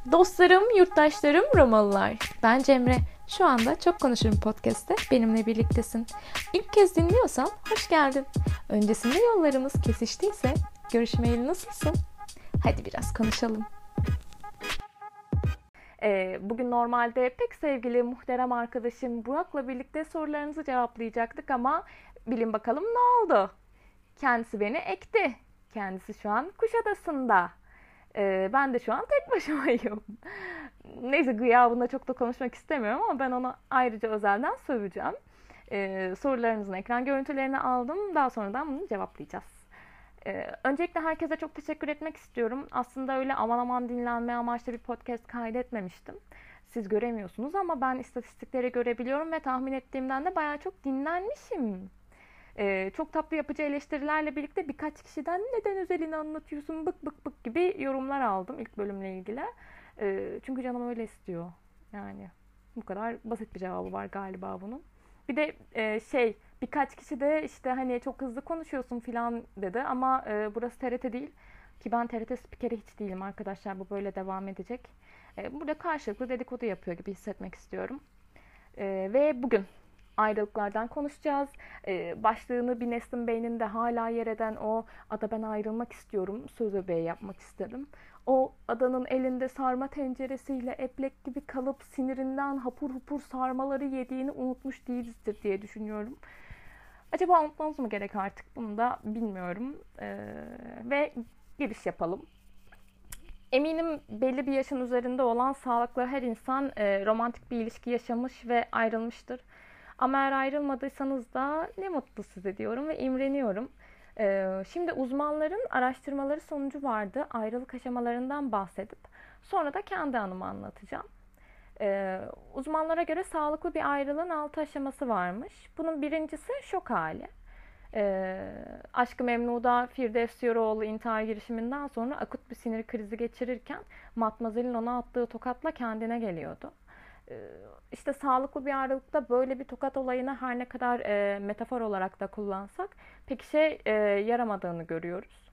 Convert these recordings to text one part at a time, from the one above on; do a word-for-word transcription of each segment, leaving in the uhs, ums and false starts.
Dostlarım, yurttaşlarım, Romalılar. Ben Cemre. Şu anda Çok Konuşurum Podcast'te benimle birliktesin. İlk kez dinliyorsan hoş geldin. Öncesinde yollarımız kesiştiyse görüşmeyeli nasılsın? Hadi biraz konuşalım. Ee, bugün normalde pek sevgili muhterem arkadaşım Burak'la birlikte sorularınızı cevaplayacaktık ama bilin bakalım ne oldu? Kendisi beni ekti. Kendisi şu an Kuşadası'nda. Ee, ben de şu an tek başımayım. Neyse gıyabında çok da konuşmak istemiyorum ama ben ona ayrıca özelden söveceğim. Ee, sorularınızın ekran görüntülerini aldım. Daha sonradan bunu cevaplayacağız. Ee, öncelikle herkese çok teşekkür etmek istiyorum. Aslında öyle aman aman dinlenme amaçlı bir podcast kaydetmemiştim. Siz göremiyorsunuz ama ben istatistikleri görebiliyorum ve tahmin ettiğimden de bayağı çok dinlenmişim. Ee, çok tatlı yapıcı eleştirilerle birlikte birkaç kişiden neden özelini anlatıyorsun bık bık bık gibi yorumlar aldım ilk bölümle ilgili. Ee, çünkü canım öyle istiyor. Yani bu kadar basit bir cevabı var galiba bunun. Bir de e, şey birkaç kişi de işte hani çok hızlı konuşuyorsun filan dedi ama e, burası T R T değil. Ki ben T R T spikeri hiç değilim arkadaşlar, bu böyle devam edecek. E, burada karşılıklı dedikodu yapıyor gibi hissetmek istiyorum. E, ve bugün ayrılıklardan konuşacağız. Ee, başlığını bir neslin beyninde hala yer eden o ada ben ayrılmak istiyorum söz öbeği yapmak istedim. O adanın elinde sarma tenceresiyle eplek gibi kalıp sinirinden hapur hupur sarmaları yediğini unutmuş değilizdir diye düşünüyorum. Acaba unutmamız mı gerek artık, bunu da bilmiyorum. Ee, ve giriş yapalım. Eminim belli bir yaşın üzerinde olan sağlıklı her insan e, romantik bir ilişki yaşamış ve ayrılmıştır. Ama eğer ayrılmadıysanız da ne mutlu size diyorum ve imreniyorum. Ee, şimdi uzmanların araştırmaları sonucu vardı. Ayrılık aşamalarından bahsedip sonra da kendi anımı anlatacağım. Ee, uzmanlara göre sağlıklı bir ayrılığın altı aşaması varmış. Bunun birincisi şok hali. Ee, Aşk-ı Memnu'da Firdevs Yoroğlu intihar girişiminden sonra akut bir sinir krizi geçirirken Matmazel'in ona attığı tokatla kendine geliyordu. İşte sağlıklı bir ayrılıkta böyle bir tokat olayını her ne kadar e, metafor olarak da kullansak pek işe e, yaramadığını görüyoruz.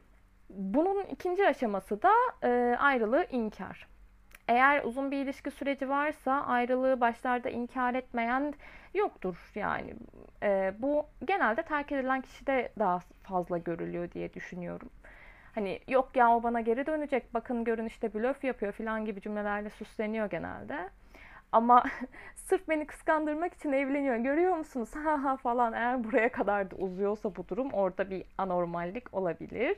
Bunun ikinci aşaması da e, ayrılığı inkar. Eğer uzun bir ilişki süreci varsa ayrılığı başlarda inkar etmeyen yoktur yani. E, bu genelde terk edilen kişide daha fazla görülüyor diye düşünüyorum. Hani yok ya o bana geri dönecek, bakın görün işte blöf yapıyor falan gibi cümlelerle süsleniyor genelde. Ama sırf beni kıskandırmak için evleniyor. Görüyor musunuz? Ha ha falan. Eğer buraya kadar da uzuyorsa bu durum, orada bir anormallik olabilir.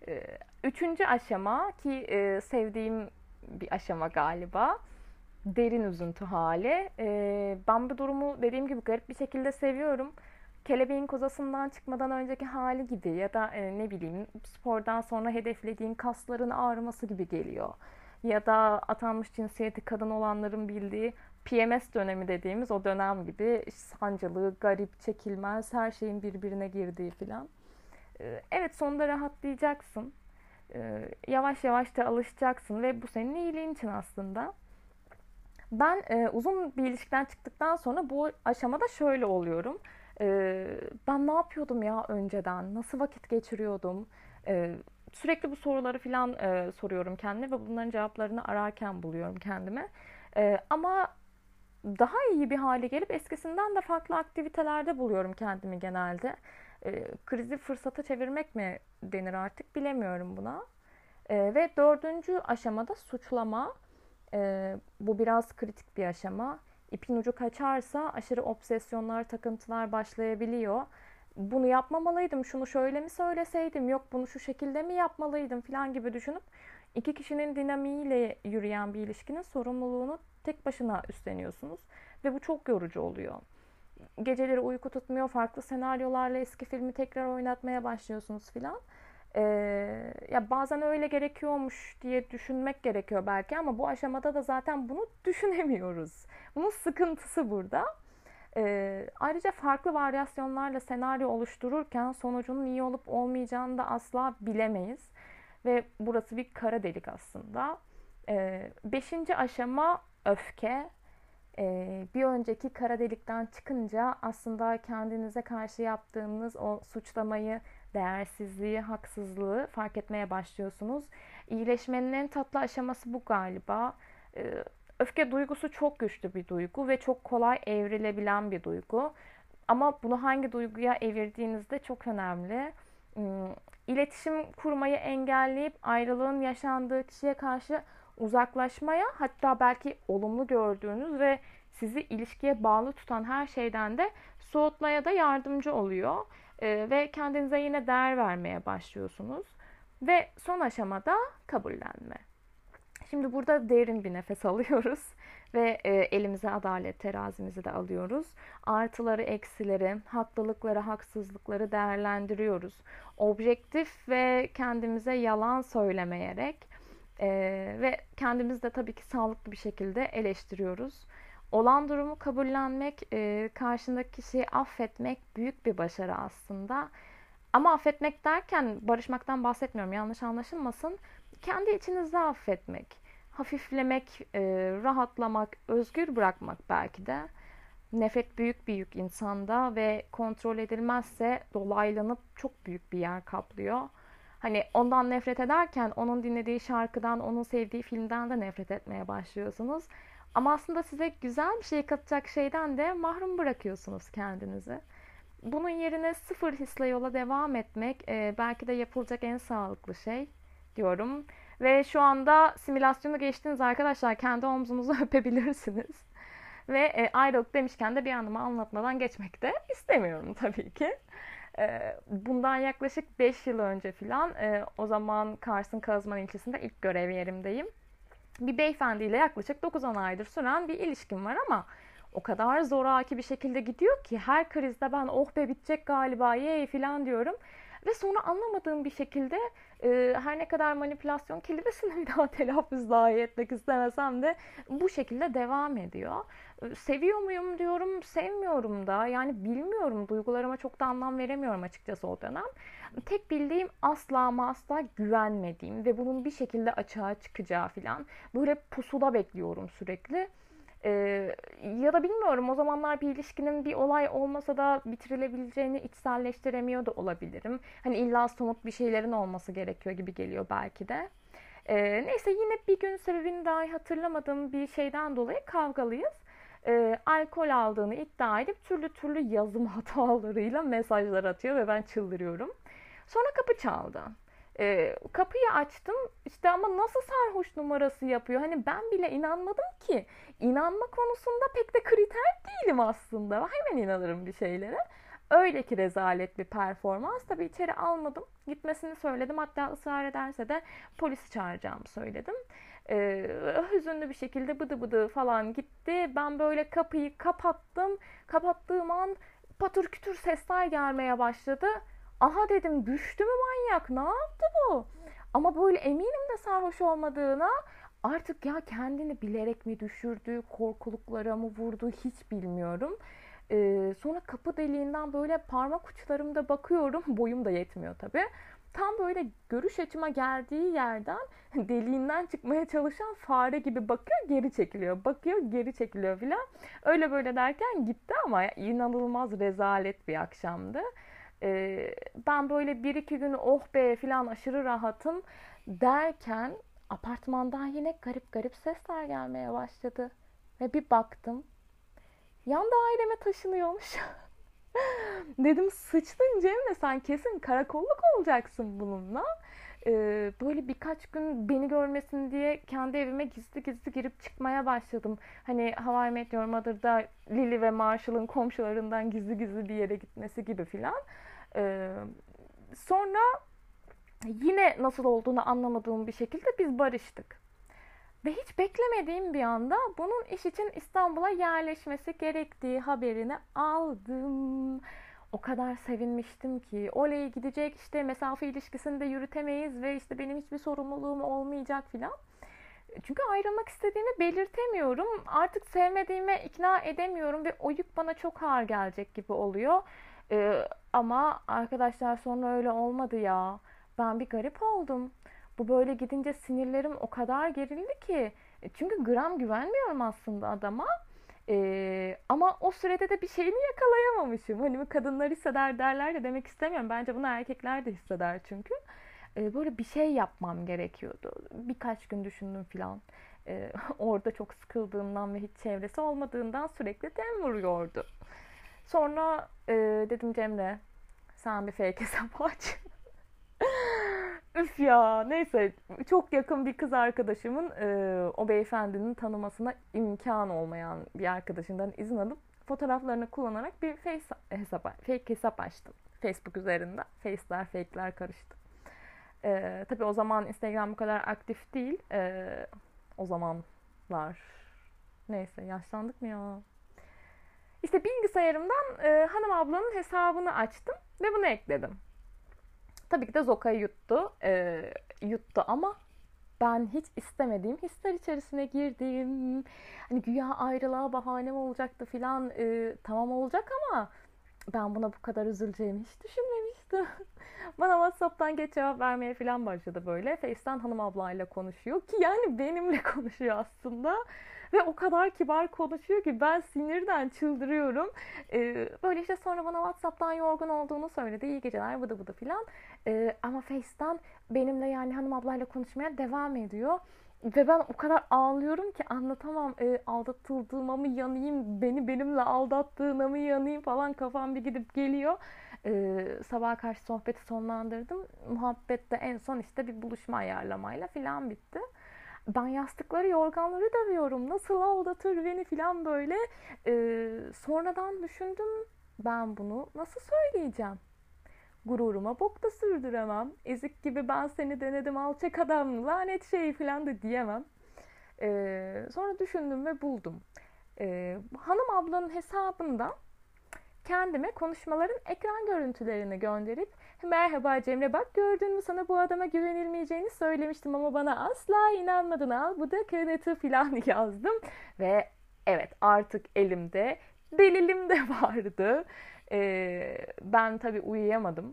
Üçüncü aşama ki sevdiğim bir aşama galiba. Derin üzüntü hali. Ben bu durumu dediğim gibi garip bir şekilde seviyorum. Kelebeğin kozasından çıkmadan önceki hali gibi ya da ne bileyim spordan sonra hedeflediğin kasların ağrıması gibi geliyor. Ya da atanmış cinsiyeti kadın olanların bildiği P M S dönemi dediğimiz o dönem gibi sancılı, garip, çekilmez, her şeyin birbirine girdiği filan. Evet, sonunda rahatlayacaksın. Yavaş yavaş da alışacaksın ve bu senin iyiliğin için aslında. Ben e, uzun bir ilişkiden çıktıktan sonra bu aşamada şöyle oluyorum. E, ben ne yapıyordum ya önceden? Nasıl vakit geçiriyordum? E, sürekli bu soruları falan e, soruyorum kendime ve bunların cevaplarını ararken buluyorum kendime. E, ama daha iyi bir hale gelip eskisinden de farklı aktivitelerde buluyorum kendimi genelde. E, krizi fırsata çevirmek mi denir artık, bilemiyorum buna. E, ve dördüncü aşamada suçlama. Ee, bu biraz kritik bir aşama. İpin ucu kaçarsa aşırı obsesyonlar, takıntılar başlayabiliyor. Bunu yapmamalıydım, şunu şöyle mi söyleseydim, yok bunu şu şekilde mi yapmalıydım falan gibi düşünüp iki kişinin dinamiğiyle yürüyen bir ilişkinin sorumluluğunu tek başına üstleniyorsunuz. Ve bu çok yorucu oluyor. Geceleri uyku tutmuyor, farklı senaryolarla eski filmi tekrar oynatmaya başlıyorsunuz filan. Ee, ya bazen öyle gerekiyormuş diye düşünmek gerekiyor belki ama bu aşamada da zaten bunu düşünemiyoruz. Bunun sıkıntısı burada. Ee, ayrıca farklı varyasyonlarla senaryo oluştururken sonucunun iyi olup olmayacağını da asla bilemeyiz. Ve burası bir kara delik aslında. Ee, beşinci aşama öfke. Ee, bir önceki kara delikten çıkınca aslında kendinize karşı yaptığınız o suçlamayı Değersizliği, haksızlığı fark etmeye başlıyorsunuz. İyileşmenin en tatlı aşaması bu galiba. Ee, Öfke duygusu çok güçlü bir duygu ve çok kolay evrilebilen bir duygu. Ama bunu hangi duyguya evirdiğiniz de çok önemli. Hmm, İletişim kurmayı engelleyip ayrılığın yaşandığı kişiye karşı uzaklaşmaya, hatta belki olumlu gördüğünüz ve sizi ilişkiye bağlı tutan her şeyden de soğutmaya da yardımcı oluyor. Ee, ve kendinize yine değer vermeye başlıyorsunuz. Ve son aşamada kabullenme. Şimdi burada derin bir nefes alıyoruz ve e, elimize adalet terazimizi de alıyoruz. Artıları, eksileri, haklılıkları, haksızlıkları değerlendiriyoruz. Objektif ve kendimize yalan söylemeyerek e, ve kendimizi de tabii ki sağlıklı bir şekilde eleştiriyoruz. Olan durumu kabullenmek, e, karşındaki kişiyi affetmek büyük bir başarı aslında. Ama affetmek derken barışmaktan bahsetmiyorum, yanlış anlaşılmasın. Kendi içinizde affetmek, hafiflemek, e, rahatlamak, özgür bırakmak belki de. Nefret büyük bir yük insanda ve kontrol edilmezse dolaylanıp çok büyük bir yer kaplıyor. Hani ondan nefret ederken onun dinlediği şarkıdan, onun sevdiği filmden de nefret etmeye başlıyorsunuz. Ama aslında size güzel bir şey katacak şeyden de mahrum bırakıyorsunuz kendinizi. Bunun yerine sıfır hisle yola devam etmek e, belki de yapılacak en sağlıklı şey diyorum. Ve şu anda simülasyonu geçtiniz arkadaşlar. Kendi omzunuzu öpebilirsiniz. Ve e, ayrılık demişken de bir anımı anlatmadan geçmek de istemiyorum tabii ki. E, bundan yaklaşık beş yıl önce falan, e, o zaman Kars'ın Kazman ilçesinde ilk görev yerimdeyim. Bir beyefendiyle yaklaşık dokuz on aydır süren bir ilişkim var ama o kadar zoraki bir şekilde gidiyor ki her krizde ben oh be bitecek galiba yey falan diyorum. Ve sonra anlamadığım bir şekilde e, her ne kadar manipülasyon kelimesini bir daha telaffuz dahi etmek istemesem de bu şekilde devam ediyor. E, seviyor muyum diyorum, sevmiyorum da. Yani bilmiyorum, duygularıma çok da anlam veremiyorum açıkçası o dönem. Tek bildiğim asla ama asla güvenmediğim ve bunun bir şekilde açığa çıkacağı falan. Böyle pusuda bekliyorum sürekli. Ee, ya da bilmiyorum, o zamanlar bir ilişkinin bir olay olmasa da bitirilebileceğini içselleştiremiyor da olabilirim. Hani illa somut bir şeylerin olması gerekiyor gibi geliyor belki de. Ee, neyse, yine bir gün sebebini dahi hatırlamadığım bir şeyden dolayı kavgalıyız. Ee, alkol aldığını iddia edip türlü türlü yazım hatalarıyla mesajlar atıyor ve ben çıldırıyorum. Sonra kapı çaldı. Ee, kapıyı açtım işte, ama nasıl sarhoş numarası yapıyor. Hani ben bile inanmadım ki. İnanma konusunda pek de kriter değilim aslında. Hemen inanırım bir şeylere. Öyle ki rezalet bir performans. Tabii içeri almadım. Gitmesini söyledim. Hatta ısrar ederse de polisi çağıracağımı söyledim. Ee, hüzünlü bir şekilde bıdı bıdı falan gitti. Ben böyle kapıyı kapattım. Kapattığım an patır kütür sesler gelmeye başladı. Aha dedim, düştü mü manyak, ne yaptı bu? Ama böyle eminim de sarhoş olmadığına. Artık ya kendini bilerek mi düşürdü, korkuluklara mı vurdu hiç bilmiyorum. Ee, sonra kapı deliğinden böyle parmak uçlarımda bakıyorum. Boyum da yetmiyor tabii. Tam böyle görüş açıma geldiği yerden deliğinden çıkmaya çalışan fare gibi bakıyor, geri çekiliyor. Bakıyor, geri çekiliyor filan. Öyle böyle derken gitti ama inanılmaz rezalet bir akşamdı. Ee, ben böyle bir iki gün oh be filan aşırı rahatım derken apartmandan yine garip garip sesler gelmeye başladı. Ve bir baktım, yan daireme taşınıyormuş. Dedim sıçtın Cemre, sen kesin karakolluk olacaksın bununla. Ee, böyle birkaç gün beni görmesin diye kendi evime gizli gizli girip çıkmaya başladım. Hani How I Met Your Mother'da Lily ve Marshall'ın komşularından gizli gizli bir yere gitmesi gibi filan. Ee, sonra yine nasıl olduğunu anlamadığım bir şekilde biz barıştık. Ve hiç beklemediğim bir anda bunun iş için İstanbul'a yerleşmesi gerektiği haberini aldım. O kadar sevinmiştim ki, oley gidecek, işte mesafe ilişkisini de yürütemeyiz ve işte benim hiçbir sorumluluğum olmayacak filan. Çünkü ayrılmak istediğimi belirtemiyorum. Artık sevmediğime ikna edemiyorum ve o yük bana çok ağır gelecek gibi oluyor. Ee, ama arkadaşlar sonra öyle olmadı ya. Ben bir garip oldum. Bu böyle gidince sinirlerim o kadar gerildi ki. Çünkü gram güvenmiyorum aslında adama. Ee, ama o sürede de bir şeyini yakalayamamışım. Hani bu kadınlar hisseder derler de demek istemiyorum. Bence bunu erkekler de hisseder çünkü. Ee, böyle bir şey yapmam gerekiyordu. Birkaç gün düşündüm filan. Ee, orada çok sıkıldığımdan ve hiç çevresi olmadığından sürekli dem vuruyordu. Sonra e, dedim Cemre sen bir fake hesap aç. Üf ya neyse çok yakın bir kız arkadaşımın e, o beyefendinin tanımasına imkan olmayan bir arkadaşından izin alıp fotoğraflarını kullanarak bir face hesap, fake hesap açtım. Facebook üzerinden. Face'ler, fake'ler karıştı. E, tabii o zaman Instagram bu kadar aktif değil. E, o zamanlar. Neyse yaşlandık mı ya? İşte bilgisayarımdan e, hanım ablanın hesabını açtım ve bunu ekledim. Tabii ki de Zoka'yı yuttu. E, yuttu ama ben hiç istemediğim hisler içerisine girdim. Hani güya ayrılığa bahanem olacaktı filan. E, tamam olacak ama ben buna bu kadar üzüleceğimi hiç düşünmemiştim. Bana WhatsApp'tan geç cevap vermeye falan başladı böyle. Face'ten hanım ablayla konuşuyor ki yani benimle konuşuyor aslında. Ve o kadar kibar konuşuyor ki ben sinirden çıldırıyorum. Ee, böyle işte sonra bana WhatsApp'tan yorgun olduğunu söyledi. İyi geceler bıdı bıdı filan. Ee, ama Face'ten benimle yani hanım ablayla konuşmaya devam ediyor. Ve ben o kadar ağlıyorum ki anlatamam. E, aldatıldığıma mı yanayım, beni benimle aldattığına mı yanayım falan kafam bir gidip geliyor. E, sabaha karşı sohbeti sonlandırdım. Muhabbet de en son işte bir buluşma ayarlamayla filan bitti. Ben yastıkları, yorganları dövüyorum. Nasıl aldatır beni filan böyle. E, sonradan düşündüm ben bunu nasıl söyleyeceğim? Gururuma bok da sürdüremem. Ezik gibi ben seni denedim alçak adam lanet şey falan da diyemem. Ee, sonra düşündüm ve buldum. Ee, hanım ablanın hesabında kendime konuşmaların ekran görüntülerini gönderip merhaba Cemre bak gördün mü sana bu adama güvenilmeyeceğini söylemiştim ama bana asla inanmadın al bu da kanıtı falan yazdım. Ve evet artık elimde delilim de vardı. Ee, ben tabii uyuyamadım.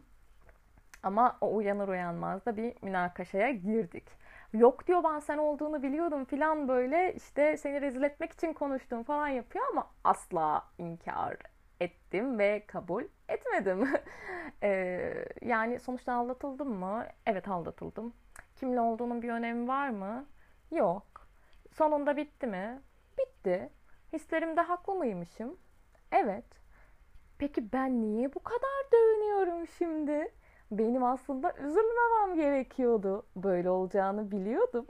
Ama o uyanır uyanmaz da bir münakaşaya girdik. Yok diyor ben sen olduğunu biliyordum filan böyle işte seni rezil etmek için konuştum falan yapıyor ama asla inkar ettim ve kabul etmedim. ee, yani sonuçta aldatıldım mı? Evet aldatıldım. Kimle olduğunun bir önemi var mı? Yok. Sonunda bitti mi? Bitti. Hislerimde haklı mıymışım? Evet. Peki ben niye bu kadar dövünüyorum şimdi? Benim aslında üzülmemem gerekiyordu. Böyle olacağını biliyordum.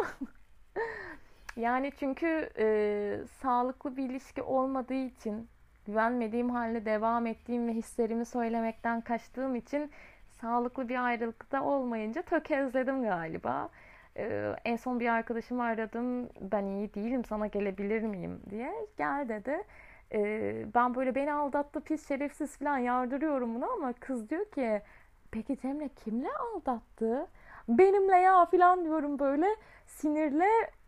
Yani çünkü e, sağlıklı bir ilişki olmadığı için, güvenmediğim halde devam ettiğim ve hislerimi söylemekten kaçtığım için sağlıklı bir ayrılıkta olmayınca tökezledim galiba. E, en son bir arkadaşımı aradım. Ben iyi değilim, sana gelebilir miyim diye. Gel dedi. E, ben böyle beni aldattı, pis şerefsiz falan yardırıyorum bunu ama kız diyor ki peki Cemre kimle aldattı? Benimle ya falan diyorum böyle sinirle.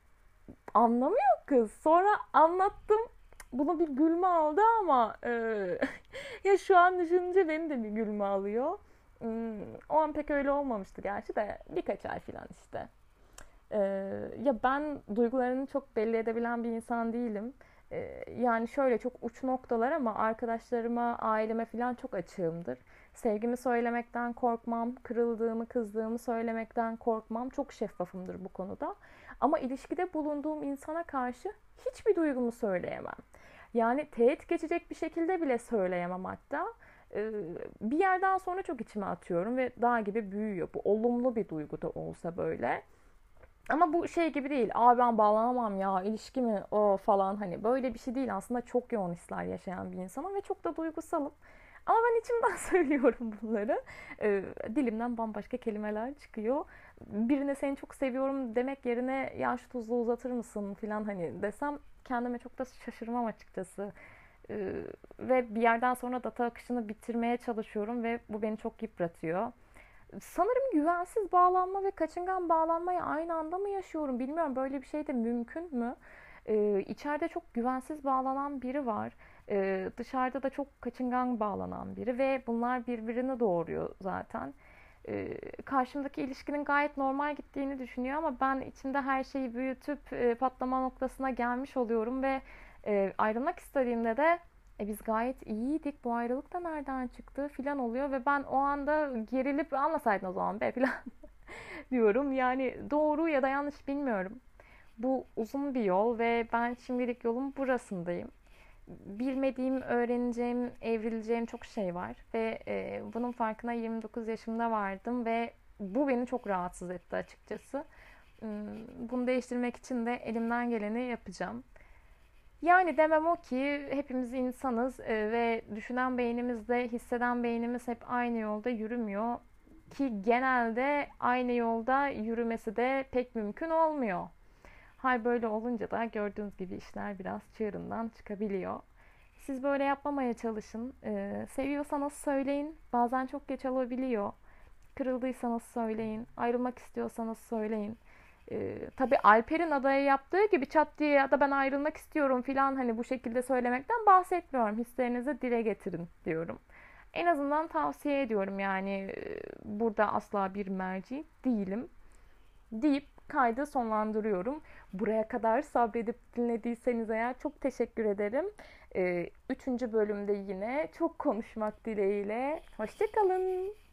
Anlamıyor kız. Sonra anlattım. Bunu bir gülme aldı ama e, ya şu an düşününce beni de bir gülme alıyor. Hmm, o an pek öyle olmamıştı gerçi de birkaç ay falan işte. E, ya ben duygularını çok belli edebilen bir insan değilim. E, yani şöyle çok uç noktalar ama arkadaşlarıma, aileme falan çok açığımdır. Sevgimi söylemekten korkmam, kırıldığımı, kızdığımı söylemekten korkmam. Çok şeffafımdır bu konuda. Ama ilişkide bulunduğum insana karşı hiçbir duygumu söyleyemem. Yani teğet geçecek bir şekilde bile söyleyemem hatta. Ee, bir yerden sonra çok içime atıyorum ve dağ gibi büyüyor. Bu olumlu bir duygu da olsa böyle. Ama bu şey gibi değil. Aa ben bağlanamam ya ilişki mi o falan hani böyle bir şey değil. Aslında çok yoğun hisler yaşayan bir insanım ve çok da duygusalım. Ama ben içimden söylüyorum bunları. Ee, dilimden bambaşka kelimeler çıkıyor. Birine seni çok seviyorum demek yerine ya şu tuzlu uzatır mısın falan hani desem kendime çok da şaşırmam açıkçası. Ee, ve bir yerden sonra data akışını bitirmeye çalışıyorum ve bu beni çok yıpratıyor. Sanırım güvensiz bağlanma ve kaçıngan bağlanmayı aynı anda mı yaşıyorum bilmiyorum. Böyle bir şey de mümkün mü? Ee, içeride çok güvensiz bağlanan biri var. Ee, dışarıda da çok kaçıngan bağlanan biri ve bunlar birbirini doğuruyor zaten. Ee, karşımdaki ilişkinin gayet normal gittiğini düşünüyor ama ben içimde her şeyi büyütüp e, patlama noktasına gelmiş oluyorum ve E, ayrılmak istediğimde de e, biz gayet iyiydik, bu ayrılık da nereden çıktı filan oluyor ve ben o anda gerilip almasaydın o zaman be filan diyorum. Yani doğru ya da yanlış bilmiyorum. Bu uzun bir yol ve ben şimdilik yolun burasındayım. Bilmediğim, öğreneceğim, evrileceğim çok şey var ve e, bunun farkına yirmi dokuz yaşımda vardım ve bu beni çok rahatsız etti açıkçası. Bunu değiştirmek için de elimden geleni yapacağım. Yani demem o ki hepimiz insanız e, ve düşünen beynimizle hisseden beynimiz hep aynı yolda yürümüyor. Ki genelde aynı yolda yürümesi de pek mümkün olmuyor. Hal böyle olunca da gördüğünüz gibi işler biraz çığırından çıkabiliyor. Siz böyle yapmamaya çalışın. Ee, seviyorsanız söyleyin. Bazen çok geç olabiliyor. Kırıldıysanız söyleyin. Ayrılmak istiyorsanız söyleyin. Ee, tabii Alper'in adaya yaptığı gibi çat diye ya da ben ayrılmak istiyorum filan hani bu şekilde söylemekten bahsetmiyorum. Hislerinizi dile getirin diyorum. En azından tavsiye ediyorum yani burada asla bir merci değilim deyip kaydı sonlandırıyorum. Buraya kadar sabredip dinlediyseniz eğer çok teşekkür ederim. Ee, üçüncü bölümde yine çok konuşmak dileğiyle. Hoşçakalın.